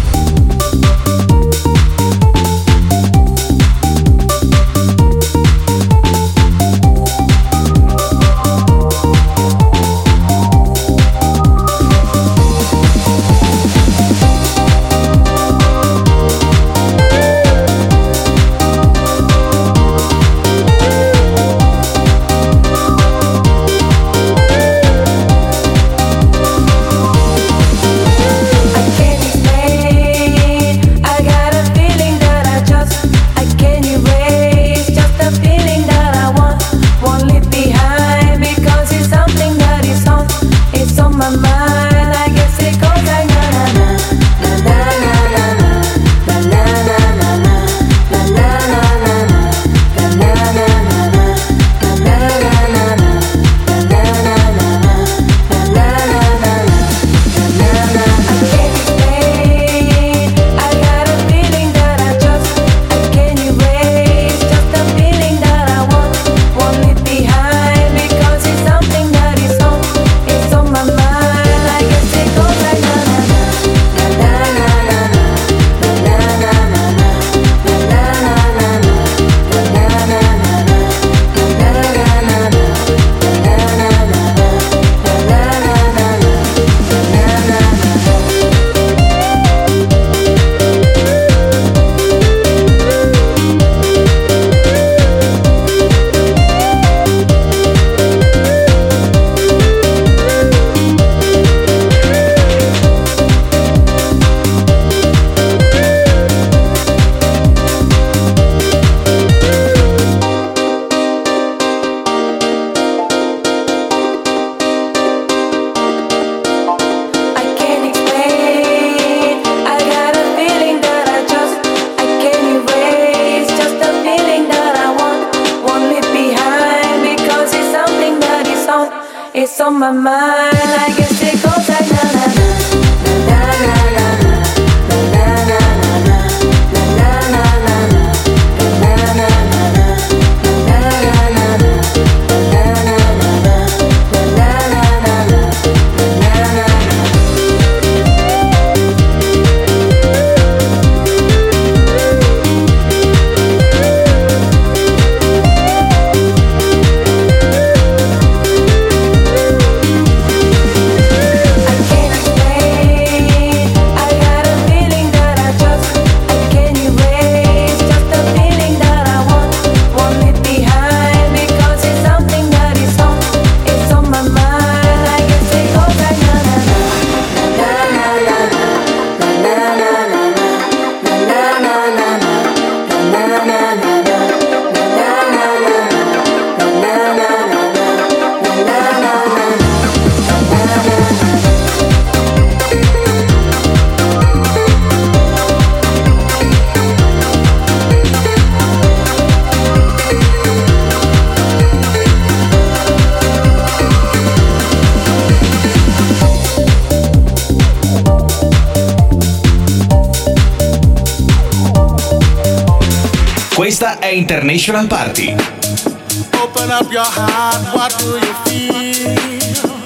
It's on my mind, I guess it goes like na na na na na na na Questa è International Party. Open up your heart, what do you feel?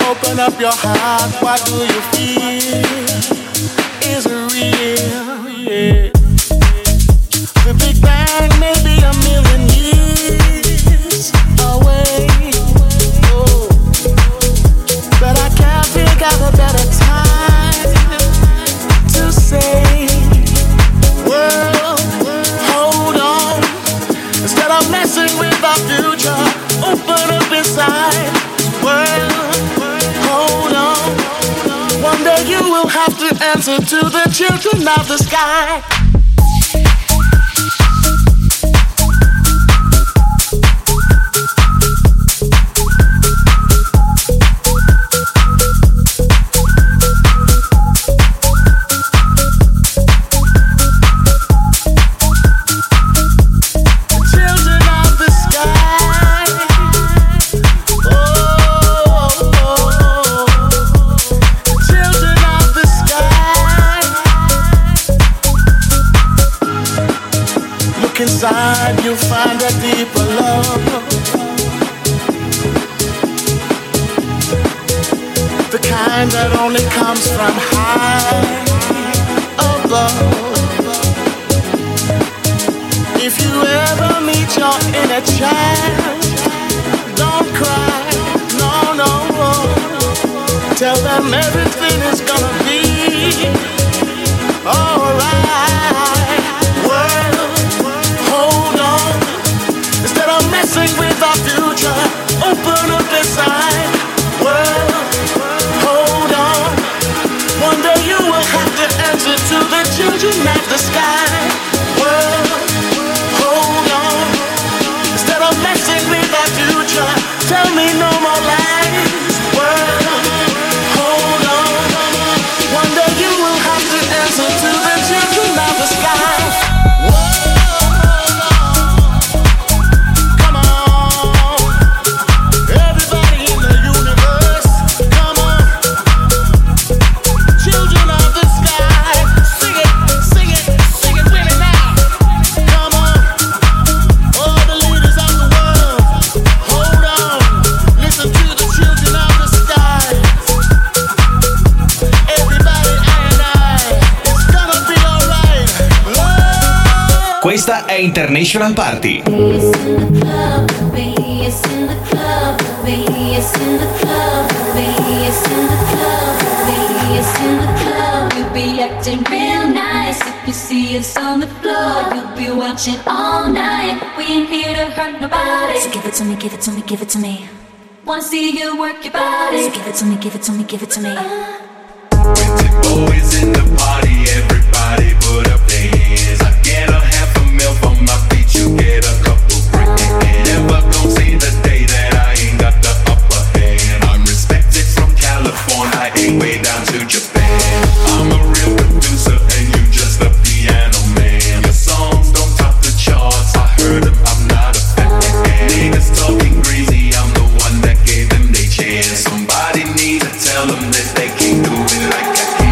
Open up your heart, what do you feel? Is it real? Yeah. The Big Bang may be a million years away, oh, but I can't think of a better time to say, world, hold on. Instead of messing with our future, open up inside. World, hold on. One day you will have to answer to the children of the sky. Inside you'll find a deeper love, the kind that only comes from high above. If you ever meet your inner child, don't cry, no, no. Tell them everything is gonna be alright. World, messing with our future, open up inside. World, hold on. One day you will have to answer to the children of the sky. World, hold on. Instead of messing with our future, tell me no more lies. World, hold on. One day you will have to answer to the children of the sky. Questa è International Party. Acting real nice. If you see us on the floor, you'll be watching all night. We ain't here to hurt nobody. So give it to me, give it to me, give it to me. Wanna see you work your body. So give it to me, give it to me, give it to me. When Timbo is in the party, everybody put up their hands. I get a half a mil for my beat, you get a couple bricks. Never gon' see the day that I ain't got the upper hand. I'm respected from California, I ain't way down to Japan. I'm a real producer and you just a piano man. Your songs don't top the charts, I heard them, I'm not a fan. Niggas talking greasy, I'm the one that gave them their chance. Somebody needs to tell them that they can't do it like I can.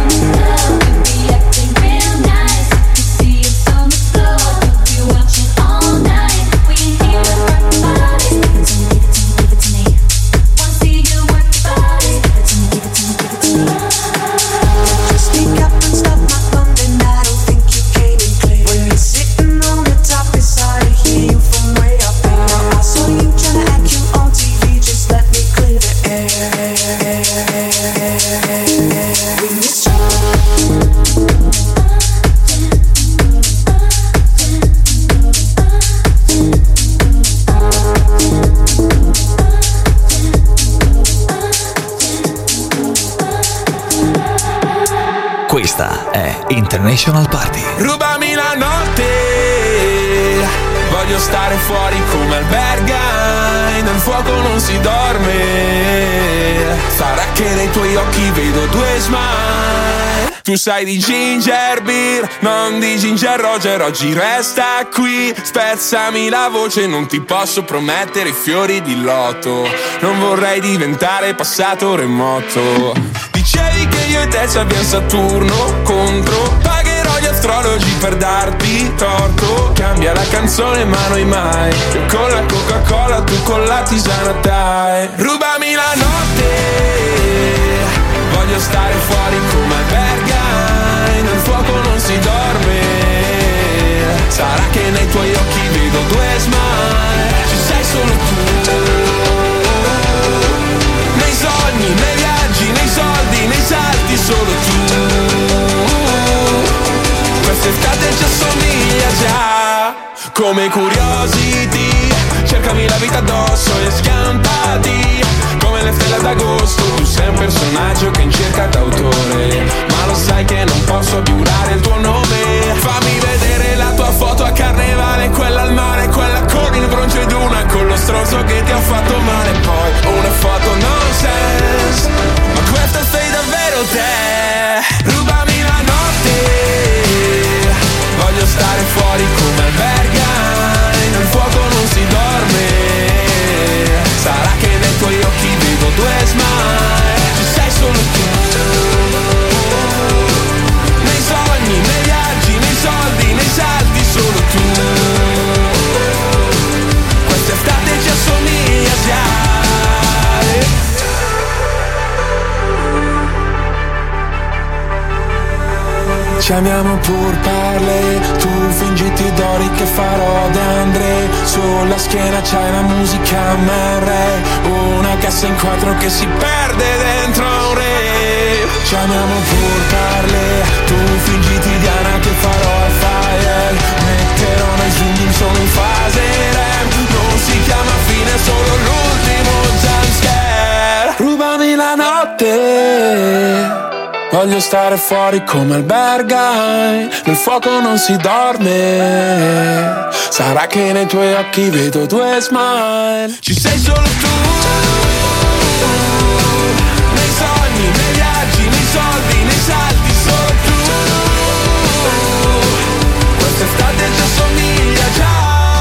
Questa è International Party. Rubami la notte, voglio stare fuori come al Berghain. Nel fuoco non si dorme, sarà che nei tuoi occhi vedo due smile. Tu sai di ginger beer, non di ginger Roger. Oggi resta qui, spezzami la voce. Non ti posso promettere fiori di loto, non vorrei diventare passato remoto. Dicevi che io e te ci abbiamo Saturno contro, pagherò gli astrologi per darti torto. Cambia la canzone ma noi mai, io con la Coca-Cola, tu con la tisana Thai. Rubami la notte, Voglio stare fuori come Berghain, nel fuoco non si dorme. Sarà che nei tuoi occhi vedo due smile, ci sei solo tu. Nei sogni, nei viaggi, nei soldi, nei salti, solo tu. Quest'estate ci assomiglia già, come Curiosity. Cercami la vita addosso e schiantati come le stelle d'agosto. Tu sei un personaggio che in cerca d'autore, ma lo sai che non posso più dare il tuo nome. Fammi vedere la tua foto a carnevale, quella al mare, quella con il bronzeduna, con lo stronzo che ti ha fatto male. Poi una foto nonsense, ma questa sei davvero te. Rubami la notte, voglio stare fuori come Berghain, nel fuoco non si dorme. Sarà che nei tuoi occhi vedo due smile, ci sei solo tu. Nei sogni, nei viaggi, nei soldi, nei salti, solo tu. Quest'estate ci assomiglia già. Ci amiamo pur parle, tu fingiti Dori che farò De André. Sulla schiena c'hai la musica M R, una cassa in quattro che si perde dentro un re. Ci amiamo pur parle, tu fingiti Diana che farò al fire. Metterò nei zoom solo in fase rem, non si chiama fine, solo l'ultimo jumpscare. Rubami la notte, voglio stare fuori come il Berghain, nel fuoco non si dorme. Sarà che nei tuoi occhi vedo due smile, ci sei solo tu. Nei sogni, nei viaggi, nei soldi, nei salti, solo tu. Quest'estate ci assomiglia già.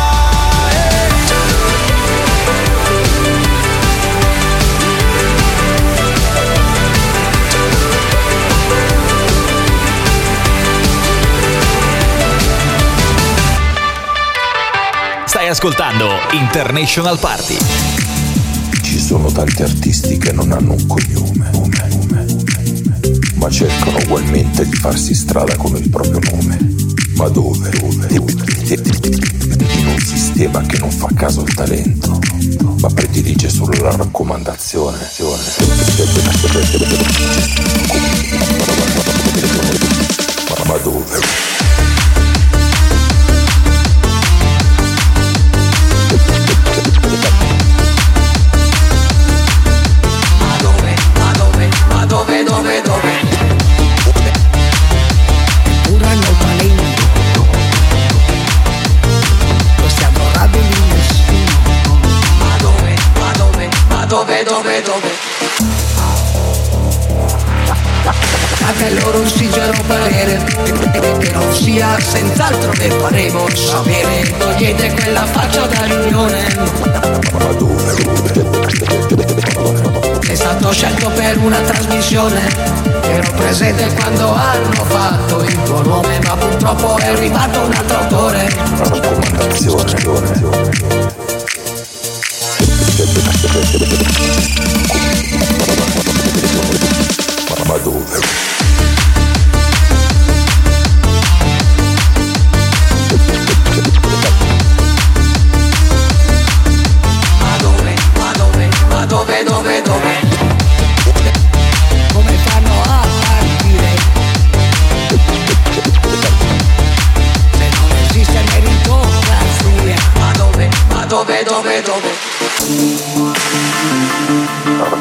Stai ascoltando International Party. Ci sono tanti artisti che non hanno un cognome, nome, nome, ma cercano ugualmente di farsi strada con il proprio nome. Ma dove? Dove? In un sistema che non fa caso al talento, ma predilige solo la raccomandazione. Ma dove? Dove, dove, dove? Pure hanno talento, questi adorabili nessuno. Ma dove, ma dove, ma dove, dove, dove? Anche loro un sincero parere, che non sia senz'altro del paremo sapere. Togliete quella faccia da riunione. Ma dove, dove? È stato scelto per una trasmissione, ero presente quando hanno fatto il tuo nome, ma purtroppo è arrivato un altro autore. Raccomandazione. Ma dove? Dove, dove, dove? Come fanno a partire? Se non esiste meritocrazia. Ma dove, ma dove, dove, dove?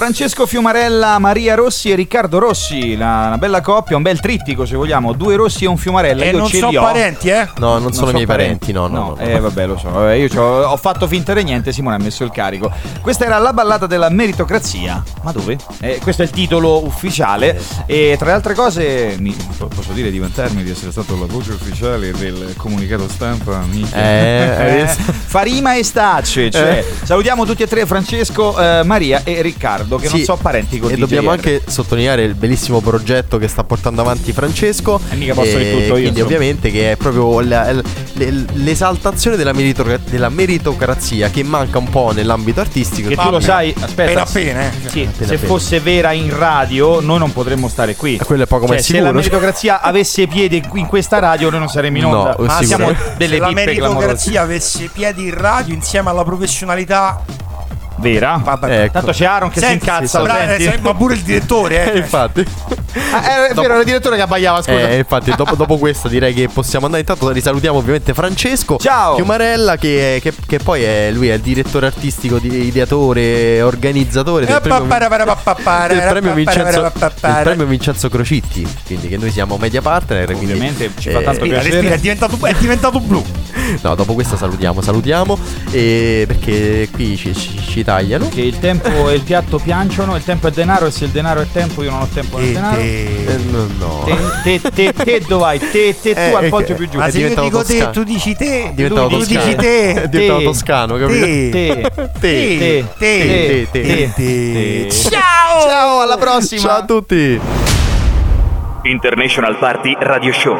Francesco Fiumarella, Maria Rossi e Riccardo Rossi, la, una bella coppia, un bel trittico se vogliamo, due Rossi e un Fiumarella. E io non ce sono li ho. parenti, eh? No, non, non sono so miei parenti, no, no, no, no. Eh vabbè, lo so, vabbè, io c'ho- ho fatto finta di niente, Simone ha messo il carico. Questa era la ballata della meritocrazia. Ma dove? Eh, questo è il titolo ufficiale e tra le altre cose mi, po- posso dire di vantarmi di essere stato la voce ufficiale del comunicato stampa. Minchia. Eh, hai Eh, visto? fa rima e stacce, cioè, Eh. salutiamo tutti e tre, Francesco, eh, Maria e Riccardo, che non Sì, so parenti con e D J dobbiamo R. anche sottolineare il bellissimo progetto che sta portando avanti Francesco. E mica posso dire tutto io, Quindi insomma. ovviamente che è proprio la- l- l- l'esaltazione della, meritocra- della meritocrazia che manca un po' nell'ambito artistico. Che tu lo sai, aspetta, Appena appena, eh. sì, Appena se appena. fosse vera in radio, noi non potremmo stare qui. Quello è poco Cioè, ma se sicuro. la meritocrazia avesse piede qui in questa radio, noi non saremmo in onda. No, Ma sicuro. siamo Se delle Se la pippe clamorose. meritocrazia avesse piedi in radio insieme alla professionalità, Vera? vabbè. Ecco. Tanto c'è Aaron che Senti, si incazza, lo bra- senti? eh, ma pure il direttore, Eh, eh. infatti. Ah, è vero, era il direttore che abbaiava, scusa. Eh, infatti, dopo, dopo questo direi che possiamo andare. Intanto risalutiamo ovviamente Francesco Ciao. Fiumarella, che, che- che poi è lui, è il direttore artistico, di- ideatore, organizzatore del premio, del premio Vincenzo, del premio Vincenzo Crocitti. Quindi che noi siamo media partner. Quindi, Ovviamente ci fa eh, tanto Respira, piacere. respira, è diventato, è diventato blu. No, dopo questa salutiamo, salutiamo. eh, perché qui ci, ci- ci tagliano. Che il tempo e il piatto pianciono, il tempo è denaro e se il denaro è tempo io non ho tempo nel E denaro. Eh, te- no, no. Te, te, te, te dov'hai? Te, te, Eh, tu al eh, poggio che- più giù. Ma È se io diventato dico te, toscano. tu dici te. È diventato tu toscano. dici te. È diventato Te. toscano, capito? Te. Te, Te. te, Te, te, te. Ciao! Ciao, alla prossima! Ciao a tutti. International Party Radio Show.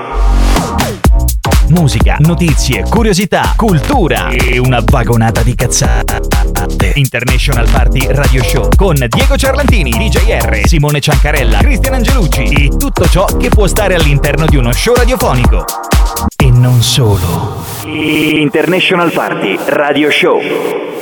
Musica, notizie, curiosità, cultura e una vagonata di cazzate. International Party Radio Show con Diego Ciarlantini, D J R, Simone Ciancarella, Cristian Angelucci e tutto ciò che può stare all'interno di uno show radiofonico. E non solo. International Party Radio Show.